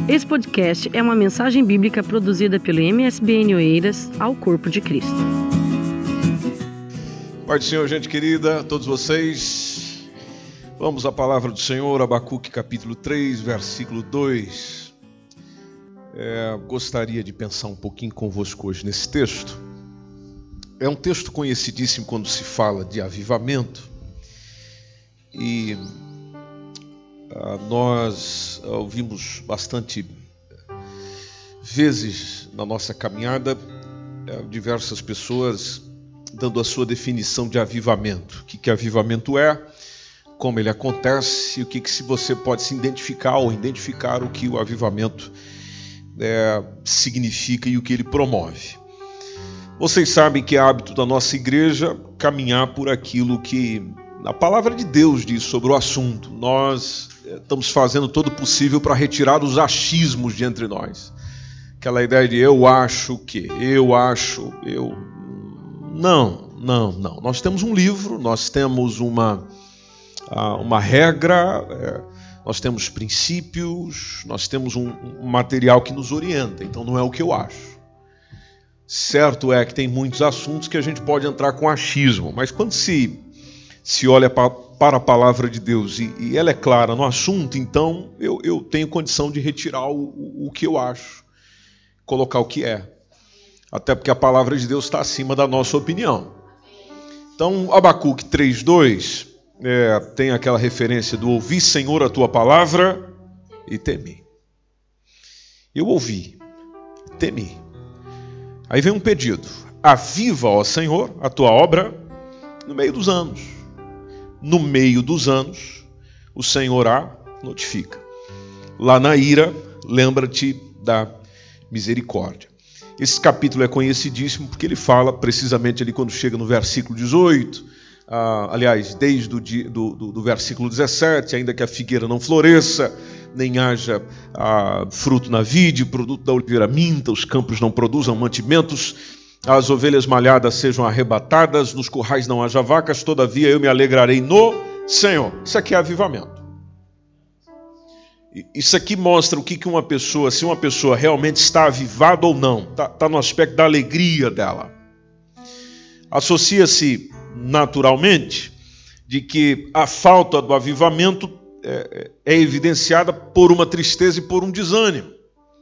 Esse podcast é uma mensagem bíblica produzida pelo MSBN Oeiras ao Corpo de Cristo. Pai do Senhor, gente querida, todos vocês, vamos à palavra do Senhor, Abacuque capítulo 3, versículo 2. Gostaria de pensar um pouquinho convosco hoje nesse texto. É um texto conhecidíssimo quando se fala de avivamento. E nós ouvimos bastante vezes na nossa caminhada diversas pessoas dando a sua definição de avivamento. O que avivamento é, como ele acontece e o que se você pode se identificar ou identificar o que o avivamento significa e o que ele promove. Vocês sabem que é hábito da nossa igreja caminhar por aquilo que a palavra de Deus diz sobre o assunto. Nós estamos fazendo todo o possível para retirar os achismos de entre nós. Aquela ideia de eu acho que, eu acho, eu... Não. Nós temos um livro, nós temos uma regra, nós temos princípios, nós temos um material que nos orienta. Então não é o que eu acho. Certo é que tem muitos assuntos que a gente pode entrar com achismo, mas quando se olha para a palavra de Deus e ela é clara no assunto, então eu tenho condição de retirar o que eu acho, colocar o que é. Até porque a palavra de Deus está acima da nossa opinião. Então, Abacuque 3:2 tem aquela referência do ouvi, Senhor, a tua palavra e temi. Eu ouvi, temi. Aí vem um pedido: aviva, ó Senhor, a tua obra no meio dos anos. No meio dos anos, o Senhor a notifica. Lá na ira, lembra-te da misericórdia. Esse capítulo é conhecidíssimo porque ele fala precisamente ali quando chega no versículo 18, aliás, desde do versículo 17, ainda que a figueira não floresça, nem haja fruto na vide, produto da oliveira minta, os campos não produzam mantimentos, as ovelhas malhadas sejam arrebatadas, nos currais não haja vacas, todavia eu me alegrarei no Senhor. Isso aqui é avivamento. Isso aqui mostra o que uma pessoa, se uma pessoa realmente está avivada ou não, está no aspecto da alegria dela. Associa-se naturalmente de que a falta do avivamento é evidenciada por uma tristeza e por um desânimo.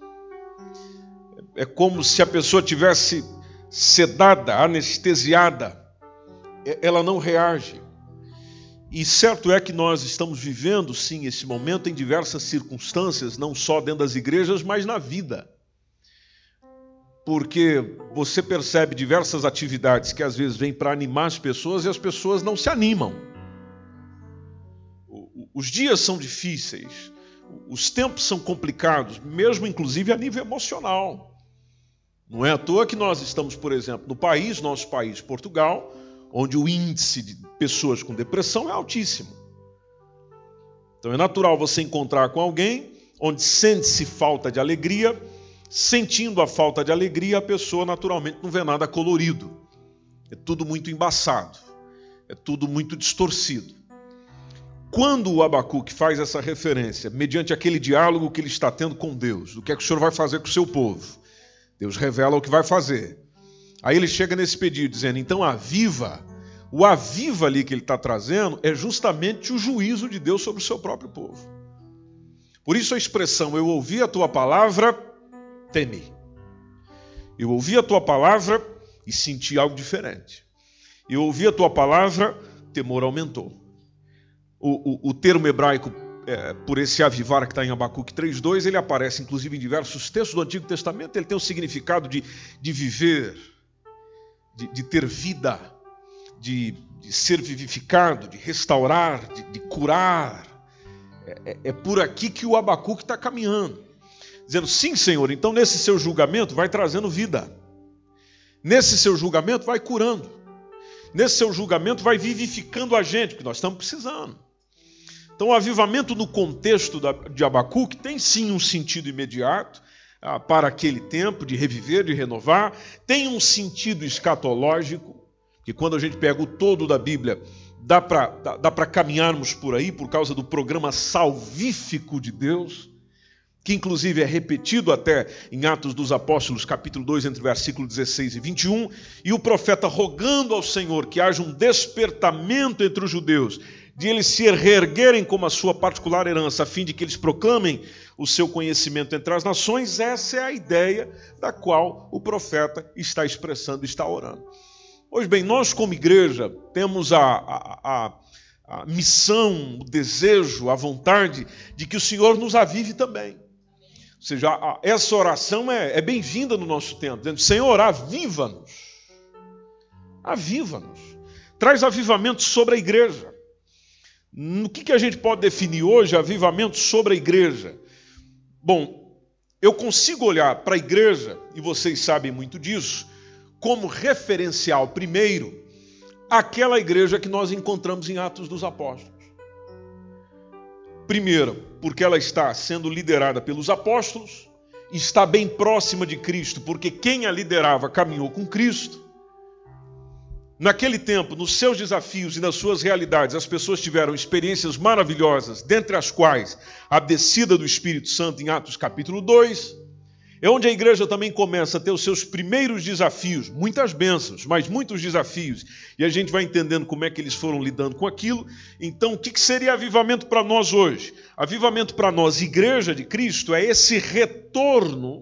É como se a pessoa tivesse sedada, anestesiada, ela não reage. E certo é que nós estamos vivendo, sim, esse momento em diversas circunstâncias, não só dentro das igrejas, mas na vida. Porque você percebe diversas atividades que às vezes vêm para animar as pessoas e as pessoas não se animam. Os dias são difíceis, os tempos são complicados, mesmo inclusive a nível emocional. Não é à toa que nós estamos, por exemplo, no nosso país, Portugal, onde o índice de pessoas com depressão é altíssimo. Então é natural você encontrar com alguém onde sente-se falta de alegria, sentindo a falta de alegria, a pessoa naturalmente não vê nada colorido. É tudo muito embaçado, é tudo muito distorcido. Quando o Abacuque faz essa referência, mediante aquele diálogo que ele está tendo com Deus, do que é que o Senhor vai fazer com o seu povo, Deus revela o que vai fazer. Aí ele chega nesse pedido dizendo, então aviva. O aviva ali que ele está trazendo é justamente o juízo de Deus sobre o seu próprio povo. Por isso a expressão, eu ouvi a tua palavra, temi. Eu ouvi a tua palavra e senti algo diferente. Eu ouvi a tua palavra, temor aumentou. O termo hebraico por esse avivar que está em Abacuque 3:2, ele aparece inclusive em diversos textos do Antigo Testamento. Ele tem o significado de viver, de ter vida, de ser vivificado, de restaurar, de curar. É por aqui que o Abacuque está caminhando, dizendo, sim, Senhor, então nesse seu julgamento vai trazendo vida, nesse seu julgamento vai curando, nesse seu julgamento vai vivificando a gente, porque nós estamos precisando. Então o avivamento no contexto de Abacuque tem sim um sentido imediato, para aquele tempo de reviver, de renovar, tem um sentido escatológico, que quando a gente pega o todo da Bíblia, dá para caminharmos por aí, por causa do programa salvífico de Deus, que inclusive é repetido até em Atos dos Apóstolos, capítulo 2, entre versículo 16 e 21, e o profeta rogando ao Senhor que haja um despertamento entre os judeus, de eles se reerguerem como a sua particular herança, a fim de que eles proclamem o seu conhecimento entre as nações. Essa é a ideia da qual o profeta está expressando, está orando. Pois bem, nós como igreja temos a missão, o desejo, a vontade de que o Senhor nos avive também. Ou seja, essa oração é bem-vinda no nosso tempo, dizendo: Senhor, aviva-nos. Aviva-nos. Traz avivamento sobre a igreja. No que a gente pode definir hoje avivamento sobre a igreja? Bom, eu consigo olhar para a igreja, e vocês sabem muito disso, como referencial primeiro, aquela igreja que nós encontramos em Atos dos Apóstolos. Primeiro, porque ela está sendo liderada pelos apóstolos, está bem próxima de Cristo, porque quem a liderava caminhou com Cristo. Naquele tempo, nos seus desafios e nas suas realidades, as pessoas tiveram experiências maravilhosas, dentre as quais a descida do Espírito Santo em Atos capítulo 2, é onde a igreja também começa a ter os seus primeiros desafios, muitas bênçãos, mas muitos desafios, e a gente vai entendendo como é que eles foram lidando com aquilo. Então, o que seria avivamento para nós hoje? Avivamento para nós, igreja de Cristo, é esse retorno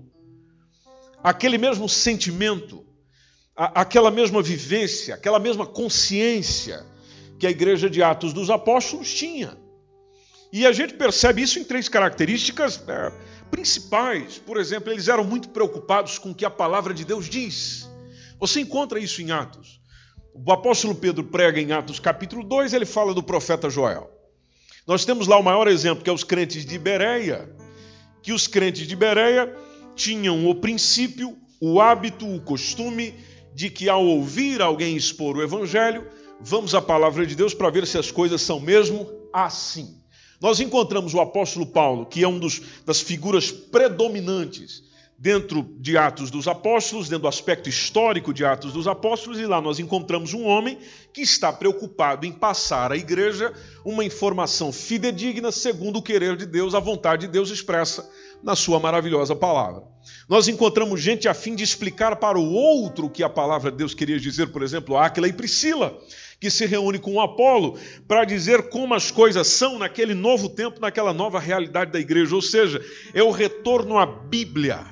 àquele mesmo sentimento, aquela mesma vivência, aquela mesma consciência que a igreja de Atos dos Apóstolos tinha. E a gente percebe isso em três características principais. Por exemplo, eles eram muito preocupados com o que a palavra de Deus diz. Você encontra isso em Atos. O apóstolo Pedro prega em Atos capítulo 2, ele fala do profeta Joel. Nós temos lá o maior exemplo, que é os crentes de Bereia, que os crentes de Bereia tinham o princípio, o hábito, o costume de que ao ouvir alguém expor o evangelho, vamos à palavra de Deus para ver se as coisas são mesmo assim. Nós encontramos o apóstolo Paulo, que é das figuras predominantes dentro de Atos dos Apóstolos, dentro do aspecto histórico de Atos dos Apóstolos, e lá nós encontramos um homem que está preocupado em passar à igreja uma informação fidedigna segundo o querer de Deus, a vontade de Deus expressa na sua maravilhosa palavra. Nós encontramos gente a fim de explicar para o outro o que a palavra de Deus queria dizer, por exemplo, Áquila e Priscila, que se reúne com o Apolo para dizer como as coisas são naquele novo tempo, naquela nova realidade da igreja, ou seja, é o retorno à Bíblia.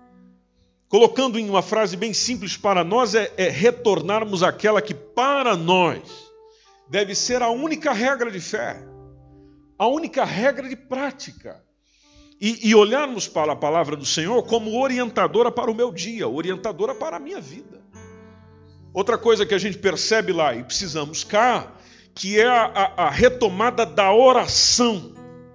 Colocando em uma frase bem simples para nós, é retornarmos àquela que para nós deve ser a única regra de fé, a única regra de prática. E olharmos para a palavra do Senhor como orientadora para o meu dia, orientadora para a minha vida. Outra coisa que a gente percebe lá, e precisamos cá, que é a retomada da oração,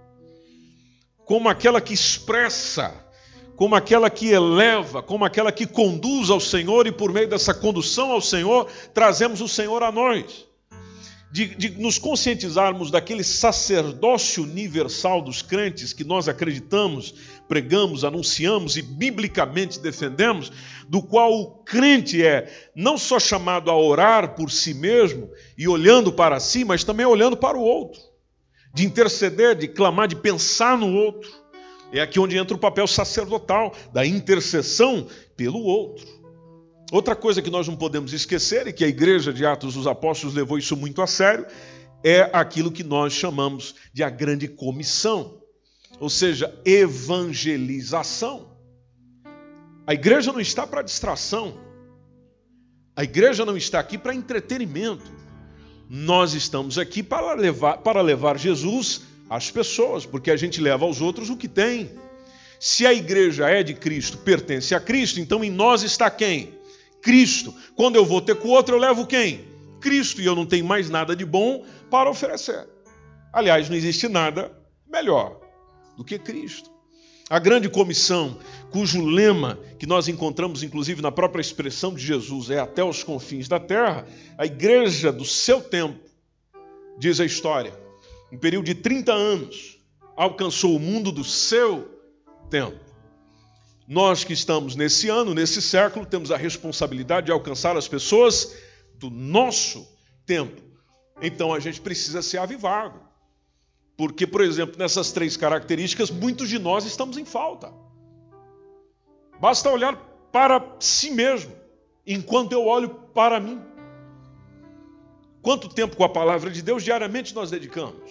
como aquela que expressa, como aquela que eleva, como aquela que conduz ao Senhor, e por meio dessa condução ao Senhor, trazemos o Senhor a nós. De nos conscientizarmos daquele sacerdócio universal dos crentes que nós acreditamos, pregamos, anunciamos e biblicamente defendemos, do qual o crente é não só chamado a orar por si mesmo e olhando para si, mas também olhando para o outro, de interceder, de clamar, de pensar no outro. É aqui onde entra o papel sacerdotal da intercessão pelo outro. Outra coisa que nós não podemos esquecer, e que a igreja de Atos dos Apóstolos levou isso muito a sério, é aquilo que nós chamamos de a grande comissão, ou seja, evangelização. A igreja não está para distração, a igreja não está aqui para entretenimento. Nós estamos aqui para levar Jesus às pessoas, porque a gente leva aos outros o que tem. Se a igreja é de Cristo, pertence a Cristo, então em nós está quem? Cristo. Quando eu vou ter com o outro, eu levo quem? Cristo. E eu não tenho mais nada de bom para oferecer. Aliás, não existe nada melhor do que Cristo. A grande comissão, cujo lema que nós encontramos inclusive na própria expressão de Jesus, é até os confins da terra, a igreja do seu tempo, diz a história, em período de 30 anos, alcançou o mundo do seu tempo. Nós que estamos nesse ano, nesse século, temos a responsabilidade de alcançar as pessoas do nosso tempo. Então a gente precisa ser avivado. Porque, por exemplo, nessas 3 características, muitos de nós estamos em falta. Basta olhar para si mesmo, enquanto eu olho para mim. Quanto tempo com a palavra de Deus diariamente nós dedicamos?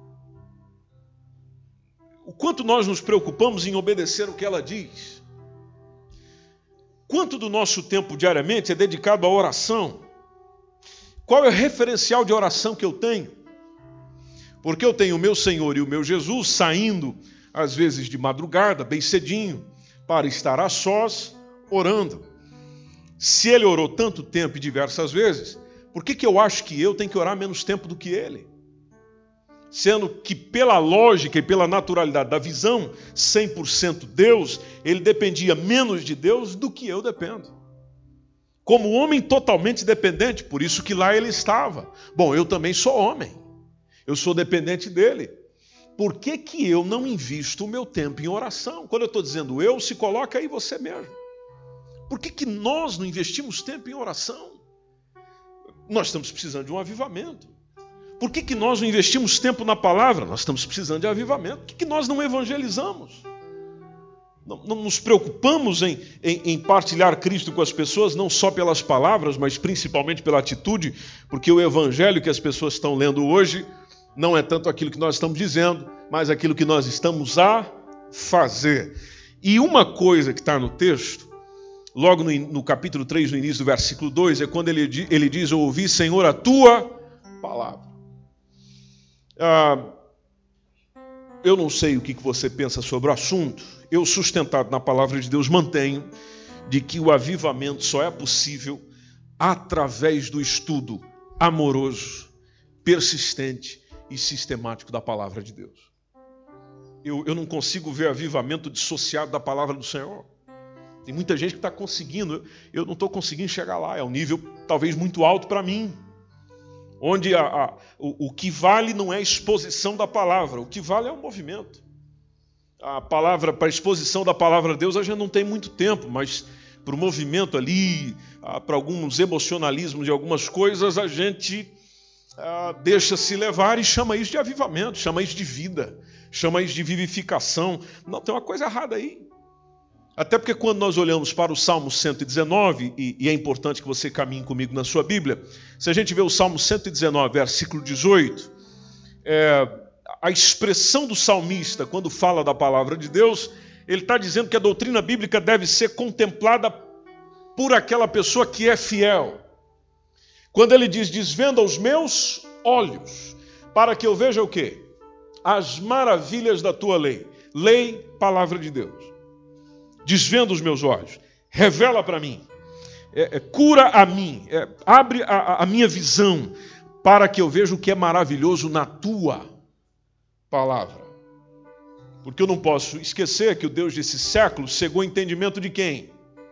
O quanto nós nos preocupamos em obedecer o que ela diz? Quanto do nosso tempo diariamente é dedicado à oração? Qual é o referencial de oração que eu tenho? Porque eu tenho o meu Senhor e o meu Jesus saindo, às vezes de madrugada, bem cedinho, para estar a sós, orando. Se ele orou tanto tempo e diversas vezes, por que eu acho que eu tenho que orar menos tempo do que ele? Sendo que pela lógica e pela naturalidade da visão, 100% Deus, ele dependia menos de Deus do que eu dependo. Como homem totalmente dependente, por isso que lá ele estava. Bom, eu também sou homem. Eu sou dependente dele. Por que eu não invisto o meu tempo em oração? Quando eu estou dizendo eu, se coloca aí você mesmo. Por que nós não investimos tempo em oração? Nós estamos precisando de um avivamento. Por que nós não investimos tempo na palavra? Nós estamos precisando de avivamento. Por que nós não evangelizamos? Não nos preocupamos em partilhar Cristo com as pessoas, não só pelas palavras, mas principalmente pela atitude, porque o evangelho que as pessoas estão lendo hoje não é tanto aquilo que nós estamos dizendo, mas aquilo que nós estamos a fazer. E uma coisa que está no texto, logo no capítulo 3, no início do versículo 2, é quando ele diz, eu ouvi, Senhor, a tua palavra. Eu não sei o que você pensa sobre o assunto. Eu, sustentado na palavra de Deus, mantenho de que o avivamento só é possível através do estudo amoroso, persistente e sistemático da palavra de Deus. Eu não consigo ver avivamento dissociado da palavra do Senhor. Tem muita gente que está conseguindo, eu não estou conseguindo chegar lá. É um nível talvez muito alto para mim. Onde o que vale não é a exposição da palavra, o que vale é o movimento. A palavra, para a exposição da palavra de Deus, a gente não tem muito tempo, mas para o movimento ali, para alguns emocionalismos de algumas coisas, a gente deixa-se levar e chama isso de avivamento, chama isso de vida, chama isso de vivificação. Não, tem uma coisa errada aí. Até porque quando nós olhamos para o Salmo 119, e é importante que você caminhe comigo na sua Bíblia, se a gente vê o Salmo 119, versículo 18, a expressão do salmista, quando fala da palavra de Deus, ele está dizendo que a doutrina bíblica deve ser contemplada por aquela pessoa que é fiel. Quando ele diz, desvenda os meus olhos, para que eu veja o quê? As maravilhas da tua lei. Lei, palavra de Deus. Desvenda os meus olhos, revela para mim, cura a mim, abre a minha visão, para que eu veja o que é maravilhoso na tua palavra. Porque eu não posso esquecer que o Deus desse século cegou o entendimento de quem?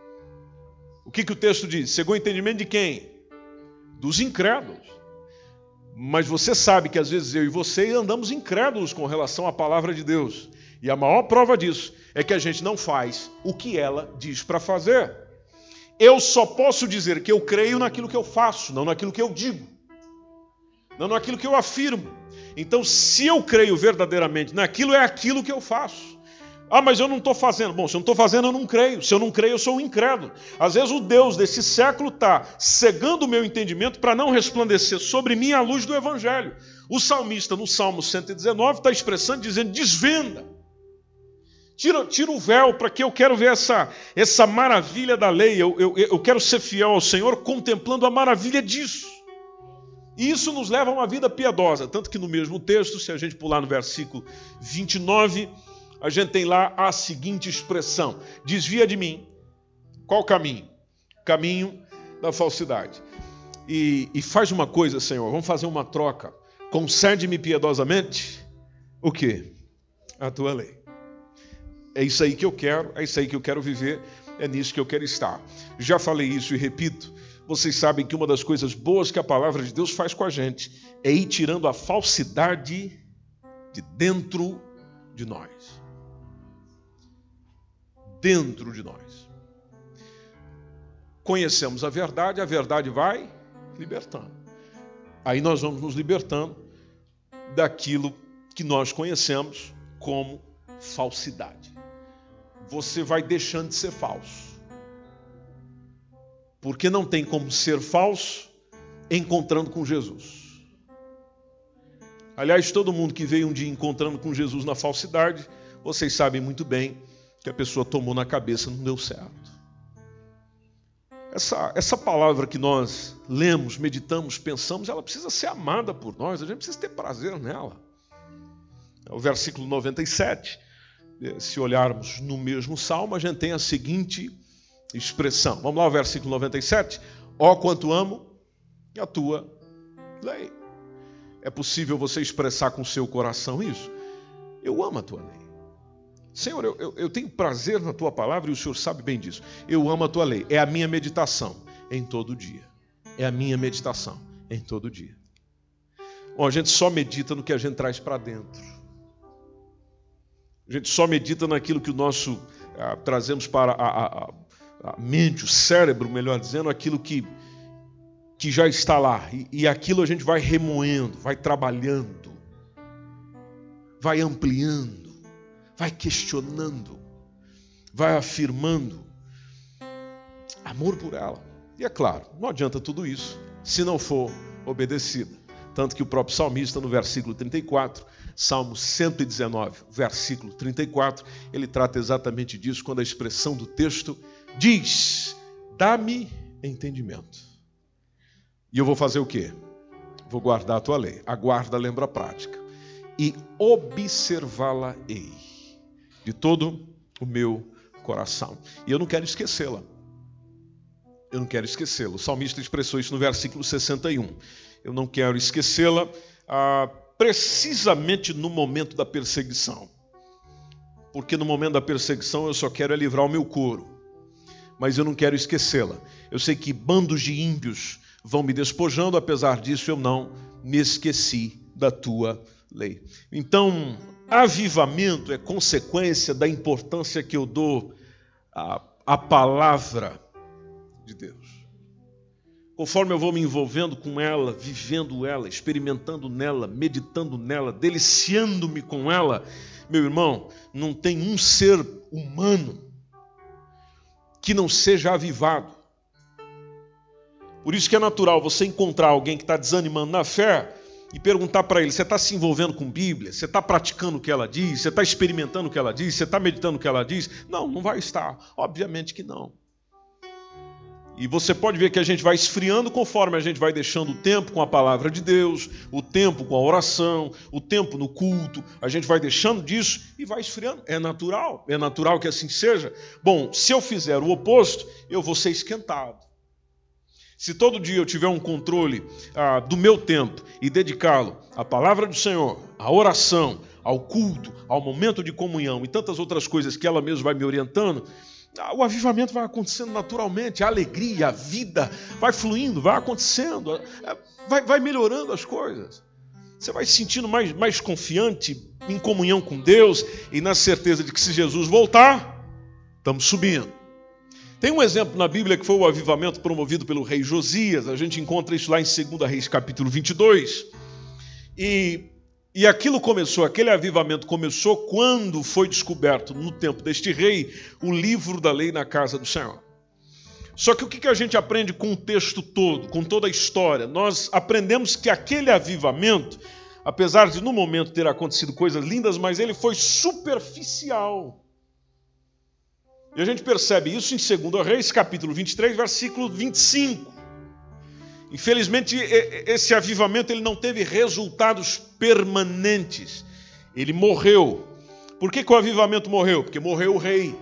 O que o texto diz? Cegou o entendimento de quem? Dos incrédulos. Mas você sabe que às vezes eu e você andamos incrédulos com relação à palavra de Deus. E a maior prova disso é que a gente não faz o que ela diz para fazer. Eu só posso dizer que eu creio naquilo que eu faço, não naquilo que eu digo. Não naquilo que eu afirmo. Então, se eu creio verdadeiramente naquilo, é aquilo que eu faço. Mas eu não estou fazendo. Bom, se eu não estou fazendo, eu não creio. Se eu não creio, eu sou um incrédulo. Às vezes o Deus desse século está cegando o meu entendimento para não resplandecer sobre mim a luz do Evangelho. O salmista, no Salmo 119, está expressando, dizendo, desvenda. Tira o véu para que eu quero ver essa maravilha da lei. Eu quero ser fiel ao Senhor contemplando a maravilha disso. E isso nos leva a uma vida piedosa. Tanto que no mesmo texto, se a gente pular no versículo 29, a gente tem lá a seguinte expressão. Desvia de mim. Qual caminho? Caminho da falsidade. E faz uma coisa, Senhor. Vamos fazer uma troca. Concede-me piedosamente o quê? A tua lei. É isso aí que eu quero, é isso aí que eu quero viver, é nisso que eu quero estar. Já falei isso e repito, vocês sabem que uma das coisas boas que a palavra de Deus faz com a gente é ir tirando a falsidade de dentro de nós. Dentro de nós. Conhecemos a verdade vai libertando. Aí nós vamos nos libertando daquilo que nós conhecemos como falsidade. Você vai deixando de ser falso. Porque não tem como ser falso encontrando com Jesus. Aliás, todo mundo que veio um dia encontrando com Jesus na falsidade, vocês sabem muito bem que a pessoa tomou na cabeça e não deu certo. Essa palavra que nós lemos, meditamos, pensamos, ela precisa ser amada por nós, a gente precisa ter prazer nela. O versículo 97, se olharmos no mesmo salmo, a gente tem a seguinte expressão. Vamos lá, o versículo 97. Ó, quanto amo a tua lei. É possível você expressar com o seu coração isso? Eu amo a tua lei. Senhor, eu tenho prazer na tua palavra e o Senhor sabe bem disso. Eu amo a tua lei. É a minha meditação em todo dia. É a minha meditação em todo dia. Bom, a gente só medita no que a gente traz para dentro. A gente só medita naquilo que trazemos para a mente, o cérebro, melhor dizendo, aquilo que já está lá. E aquilo a gente vai remoendo, vai trabalhando, vai ampliando, vai questionando, vai afirmando amor por ela. E é claro, não adianta tudo isso se não for obedecida. Tanto que o próprio salmista, no versículo 34, Salmo 119, versículo 34, ele trata exatamente disso, quando a expressão do texto diz: dá-me entendimento. E eu vou fazer o quê? Vou guardar a tua lei. A guarda lembra a prática. E observá-la-ei de todo o meu coração. E eu não quero esquecê-la. Eu não quero esquecê-la. O salmista expressou isso no versículo 61. Eu não quero esquecê-la precisamente no momento da perseguição. Porque no momento da perseguição eu só quero livrar o meu couro. Mas eu não quero esquecê-la. Eu sei que bandos de ímpios vão me despojando, apesar disso eu não me esqueci da tua lei. Então, avivamento é consequência da importância que eu dou à palavra de Deus. Conforme eu vou me envolvendo com ela, vivendo ela, experimentando nela, meditando nela, deliciando-me com ela, meu irmão, não tem um ser humano que não seja avivado. Por isso que é natural você encontrar alguém que está desanimando na fé e perguntar para ele: você está se envolvendo com Bíblia? Você está praticando o que ela diz? Você está experimentando o que ela diz? Você está meditando o que ela diz? Não, não vai estar. Obviamente que não. E você pode ver que a gente vai esfriando conforme a gente vai deixando o tempo com a palavra de Deus, o tempo com a oração, o tempo no culto. A gente vai deixando disso e vai esfriando. É natural que assim seja. Bom, se eu fizer o oposto, eu vou ser esquentado. Se todo dia eu tiver um controle do meu tempo e dedicá-lo à palavra do Senhor, à oração, ao culto, ao momento de comunhão e tantas outras coisas que ela mesma vai me orientando, o avivamento vai acontecendo naturalmente, a alegria, a vida vai fluindo, vai acontecendo, vai melhorando as coisas. Você vai se sentindo mais confiante em comunhão com Deus e na certeza de que se Jesus voltar, estamos subindo. Tem um exemplo na Bíblia que foi o avivamento promovido pelo rei Josias. A gente encontra isso lá em 2 Reis, capítulo 22. E aquele avivamento começou quando foi descoberto, no tempo deste rei, o livro da lei na casa do Senhor. Só que o que a gente aprende com o texto todo, com toda a história? Nós aprendemos que aquele avivamento, apesar de no momento ter acontecido coisas lindas, mas ele foi superficial. E a gente percebe isso em 2 Reis, capítulo 23, versículo 25. Infelizmente, esse avivamento ele não teve resultados permanentes. Ele morreu. Por que o avivamento morreu? Porque morreu o rei.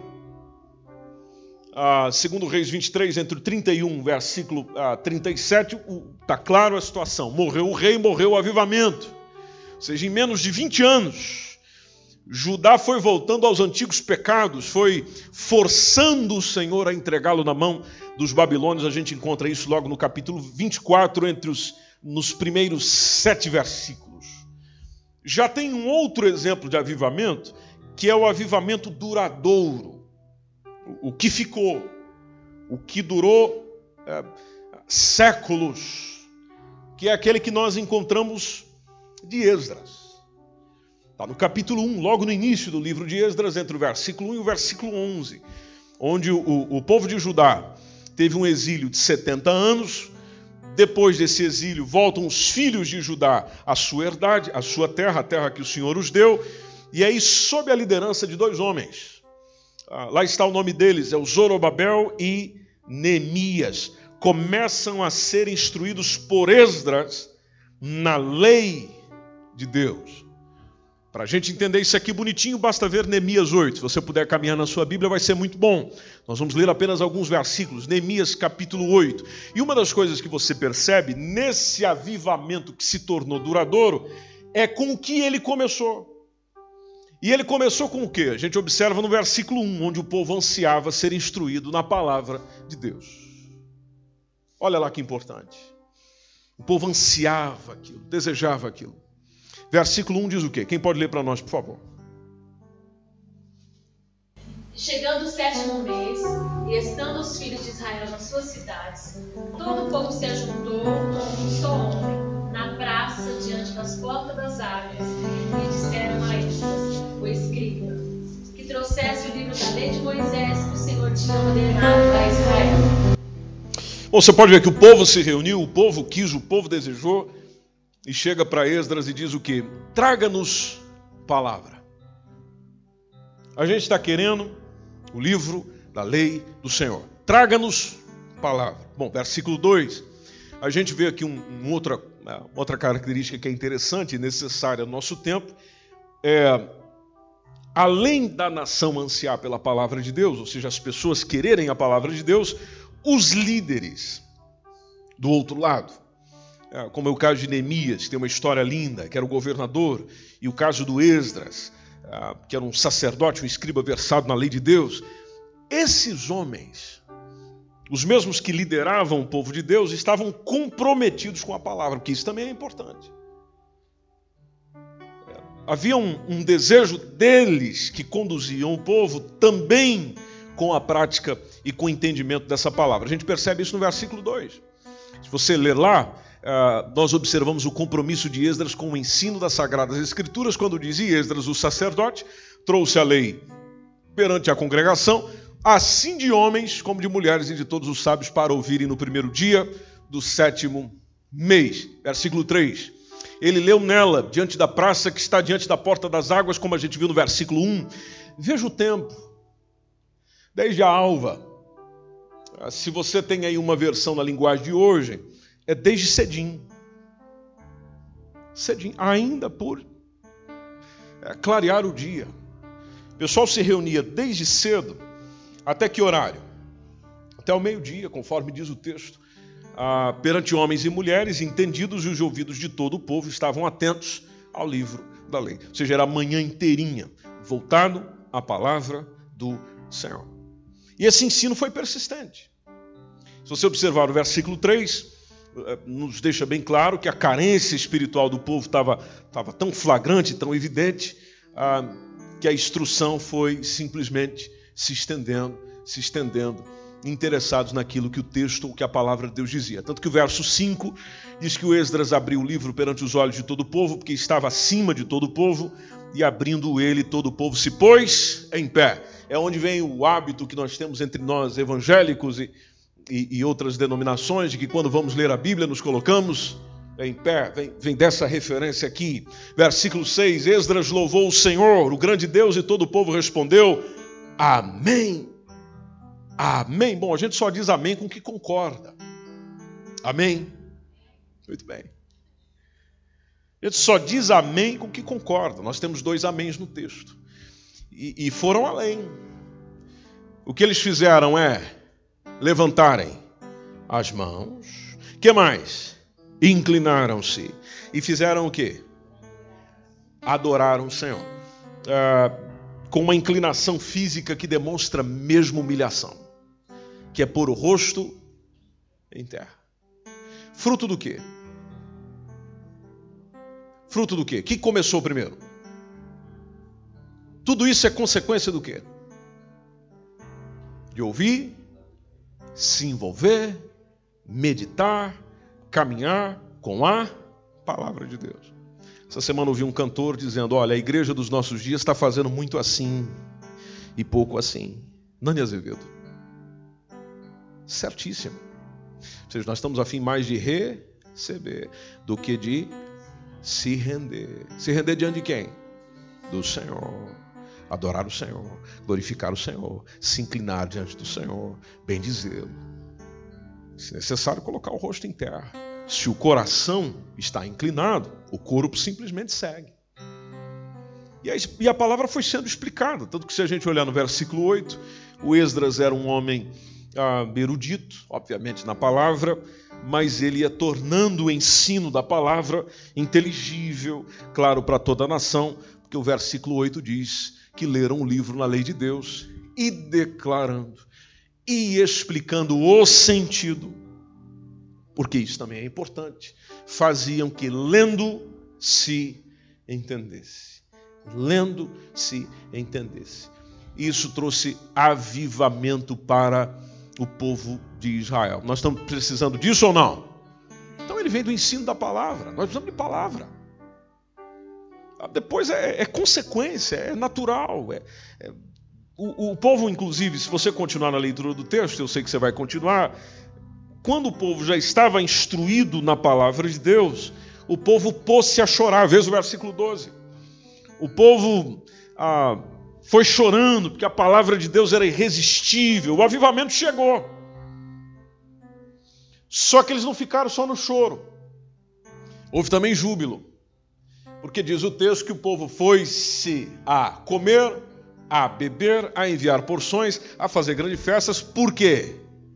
2 Reis 23, entre o 31, versículo 37, está claro a situação. Morreu o rei, morreu o avivamento. Ou seja, em menos de 20 anos... Judá foi voltando aos antigos pecados, foi forçando o Senhor a entregá-lo na mão dos babilônios. A gente encontra isso logo no capítulo 24, nos primeiros 7 versículos. Já tem um outro exemplo de avivamento, que é o avivamento duradouro. O que ficou, o que durou séculos, que é aquele que nós encontramos de Esdras. Está no capítulo 1, logo no início do livro de Esdras, entre o versículo 1 e o versículo 11, onde o povo de Judá teve um exílio de 70 anos. Depois desse exílio, voltam os filhos de Judá à sua herdade, à sua terra, a terra que o Senhor os deu, e aí, sob a liderança de 2 homens, lá está o nome deles, é o Zorobabel e Neemias, começam a ser instruídos por Esdras na lei de Deus. Para a gente entender isso aqui bonitinho, basta ver Neemias 8. Se você puder caminhar na sua Bíblia, vai ser muito bom. Nós vamos ler apenas alguns versículos. Neemias capítulo 8. E uma das coisas que você percebe nesse avivamento que se tornou duradouro é com o que ele começou. E ele começou com o quê? A gente observa no versículo 1, onde o povo ansiava ser instruído na palavra de Deus. Olha lá que importante. O povo ansiava aquilo, desejava aquilo. Versículo 1 diz o quê? Quem pode ler para nós, por favor? Chegando o 7º mês, e estando os filhos de Israel nas suas cidades, todo o povo se ajuntou como um só homem, na praça, diante das portas das áreas, e disseram a Esdras, o escriba, que trouxesse o livro da lei de Moisés, que o Senhor tinha ordenado a Israel. Bom, você pode ver que o povo se reuniu, o povo quis, o povo desejou, e chega para Esdras e diz o quê? Traga-nos palavra. A gente está querendo o livro da lei do Senhor. Traga-nos palavra. Bom, versículo 2. A gente vê aqui outra característica que é interessante e necessária no nosso tempo. Além da nação ansiar pela palavra de Deus, ou seja, as pessoas quererem a palavra de Deus, os líderes do outro lado, como é o caso de Neemias, que tem uma história linda, que era o governador, e o caso do Esdras, que era um sacerdote, um escriba versado na lei de Deus. Esses homens, os mesmos que lideravam o povo de Deus, estavam comprometidos com a palavra, porque isso também é importante. Havia um desejo deles que conduziam o povo também com a prática e com o entendimento dessa palavra. A gente percebe isso no versículo 2. Se você ler lá, nós observamos o compromisso de Esdras com o ensino das Sagradas Escrituras, quando dizia Esdras, o sacerdote, trouxe a lei perante a congregação, assim de homens como de mulheres e de todos os sábios, para ouvirem no primeiro dia do 7º mês. Versículo 3. Ele leu nela, diante da praça que está diante da porta das águas, como a gente viu no versículo 1. Veja o tempo, desde a alva. Se você tem aí uma versão na linguagem de hoje, é desde cedinho. Cedinho, ainda por clarear o dia. O pessoal se reunia desde cedo, até que horário? Até o meio-dia, conforme diz o texto. Perante homens e mulheres, entendidos, e os ouvidos de todo o povo estavam atentos ao livro da lei. Ou seja, era a manhã inteirinha, voltado à palavra do Senhor. E esse ensino foi persistente. Se você observar o versículo 3, nos deixa bem claro que a carência espiritual do povo estava tão flagrante, tão evidente, que a instrução foi simplesmente se estendendo, interessados naquilo que o texto ou que a palavra de Deus dizia. Tanto que o verso 5 diz que o Esdras abriu o livro perante os olhos de todo o povo, porque estava acima de todo o povo, e abrindo ele, todo o povo se pôs em pé. É onde vem o hábito que nós temos entre nós evangélicos e outras denominações, de que quando vamos ler a Bíblia nos colocamos em pé. Vem dessa referência aqui. Versículo 6, Esdras louvou o Senhor, o grande Deus, e todo o povo respondeu, amém. Amém. Bom, a gente só diz amém com o que concorda. Amém? Muito bem. A gente só diz amém com o que concorda. Nós temos 2 améns no texto. E foram além. O que eles fizeram é levantarem as mãos. O que mais? Inclinaram-se. E fizeram o quê? Adoraram o Senhor. Com uma inclinação física que demonstra mesmo humilhação. Que é pôr o rosto em terra. Fruto do quê? Fruto do quê? O que começou primeiro? Tudo isso é consequência do quê? De ouvir, se envolver, meditar, caminhar com a palavra de Deus. Essa semana eu ouvi um cantor dizendo, olha, a igreja dos nossos dias está fazendo muito assim e pouco assim. Nani Azevedo. Certíssimo. Ou seja, nós estamos a fim mais de receber do que de se render. Se render diante de quem? Do Senhor. Adorar o Senhor, glorificar o Senhor, se inclinar diante do Senhor, bendizê-lo. Se necessário, colocar o rosto em terra. Se o coração está inclinado, o corpo simplesmente segue. E a palavra foi sendo explicada. Tanto que se a gente olhar no versículo 8, o Esdras era um homem erudito, obviamente na palavra, mas ele ia tornando o ensino da palavra inteligível, claro, para toda a nação, porque o versículo 8 diz que leram o livro na lei de Deus e declarando e explicando o sentido, porque isso também é importante, faziam que lendo se entendesse. Lendo se entendesse. Isso trouxe avivamento para o povo de Israel. Nós estamos precisando disso ou não? Então ele vem do ensino da palavra. Nós precisamos de palavra. Depois é consequência, é natural. O povo, inclusive, se você continuar na leitura do texto, eu sei que você vai continuar, quando o povo já estava instruído na palavra de Deus, o povo pôs-se a chorar. Veja o versículo 12. O povo foi chorando, porque a palavra de Deus era irresistível. O avivamento chegou. Só que eles não ficaram só no choro. Houve também júbilo. Porque diz o texto que o povo foi-se a comer, a beber, a enviar porções, a fazer grandes festas. Por quê?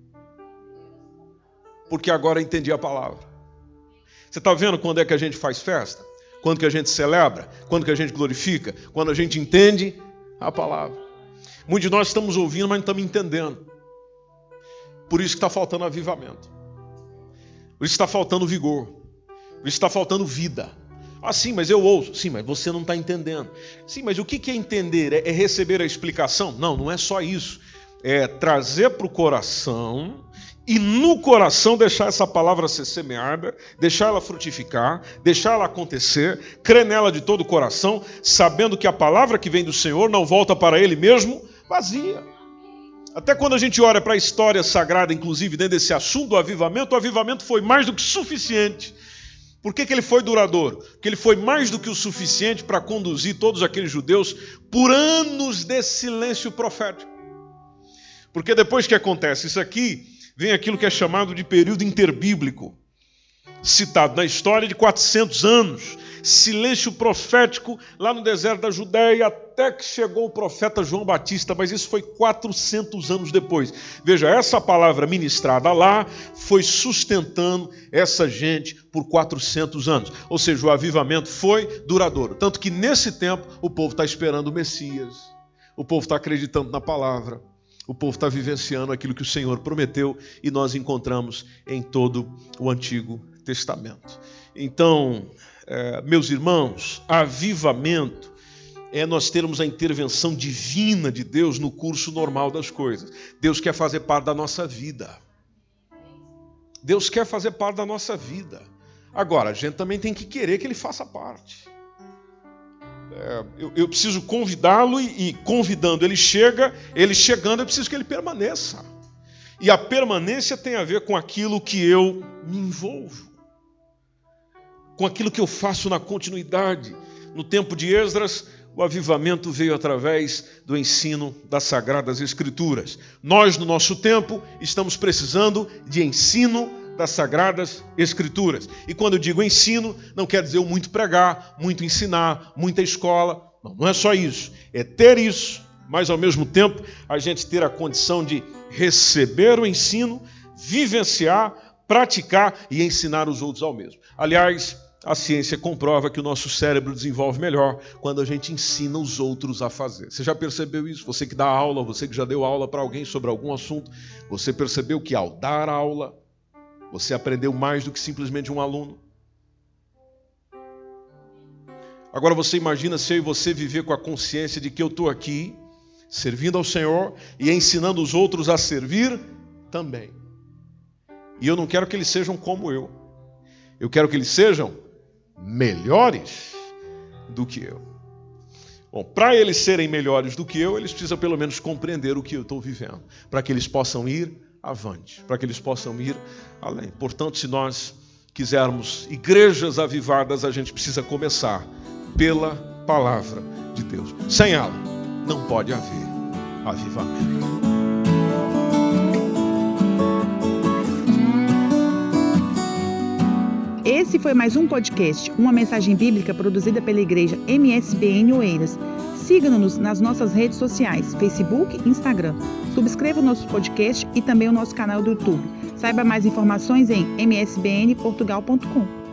Porque agora entendi a palavra. Você está vendo quando é que a gente faz festa? Quando que a gente celebra? Quando que a gente glorifica? Quando a gente entende a palavra. Muitos de nós estamos ouvindo, mas não estamos entendendo. Por isso que está faltando avivamento. Por isso está faltando vigor. Por isso está faltando vida. Sim, mas eu ouço. Sim, mas você não está entendendo. Sim, mas o que é entender? É receber a explicação? Não, não é só isso. É trazer para o coração e no coração deixar essa palavra ser semeada, deixar ela frutificar, deixar ela acontecer, crer nela de todo o coração, sabendo que a palavra que vem do Senhor não volta para Ele mesmo vazia. Até quando a gente olha para a história sagrada, inclusive dentro desse assunto do avivamento, o avivamento foi mais do que suficiente. Por que ele foi duradouro? Porque ele foi mais do que o suficiente para conduzir todos aqueles judeus por anos de silêncio profético. Porque depois que acontece isso aqui, vem aquilo que é chamado de período interbíblico, citado na história de 400 anos, silêncio profético lá no deserto da Judéia, até que chegou o profeta João Batista, mas isso foi 400 anos depois. Veja, essa palavra ministrada lá foi sustentando essa gente por 400 anos. Ou seja, o avivamento foi duradouro. Tanto que nesse tempo o povo está esperando o Messias, o povo está acreditando na palavra, o povo está vivenciando aquilo que o Senhor prometeu e nós encontramos em todo o Antigo Testamento. Então, meus irmãos, avivamento é nós termos a intervenção divina de Deus no curso normal das coisas. Deus quer fazer parte da nossa vida. Deus quer fazer parte da nossa vida. Agora, a gente também tem que querer que Ele faça parte. Eu preciso convidá-lo e convidando ele chegando, eu preciso que ele permaneça. E a permanência tem a ver com aquilo que eu me envolvo, com aquilo que eu faço na continuidade. No tempo de Esdras, o avivamento veio através do ensino das Sagradas Escrituras. Nós, no nosso tempo, estamos precisando de ensino das Sagradas Escrituras. E quando eu digo ensino, não quer dizer eu muito pregar, muito ensinar, muita escola. Não é só isso. É ter isso, mas ao mesmo tempo a gente ter a condição de receber o ensino, vivenciar, praticar e ensinar os outros ao mesmo. Aliás, a ciência comprova que o nosso cérebro desenvolve melhor quando a gente ensina os outros a fazer. Você já percebeu isso? Você que dá aula, você que já deu aula para alguém sobre algum assunto, você percebeu que ao dar aula, você aprendeu mais do que simplesmente um aluno? Agora você imagina se eu e você viver com a consciência de que eu estou aqui, servindo ao Senhor e ensinando os outros a servir também. E eu não quero que eles sejam como eu. Eu quero que eles sejam melhores do que eu. Bom, para eles serem melhores do que eu, eles precisam pelo menos compreender o que eu estou vivendo, para que eles possam ir avante, para que eles possam ir além. Portanto, se nós quisermos igrejas avivadas, a gente precisa começar pela palavra de Deus. Sem ela, não pode haver avivamento. Esse foi mais um podcast, uma mensagem bíblica produzida pela igreja MSBN Oeiras. Siga-nos nas nossas redes sociais, Facebook e Instagram. Subscreva o nosso podcast e também o nosso canal do YouTube. Saiba mais informações em msbnportugal.com.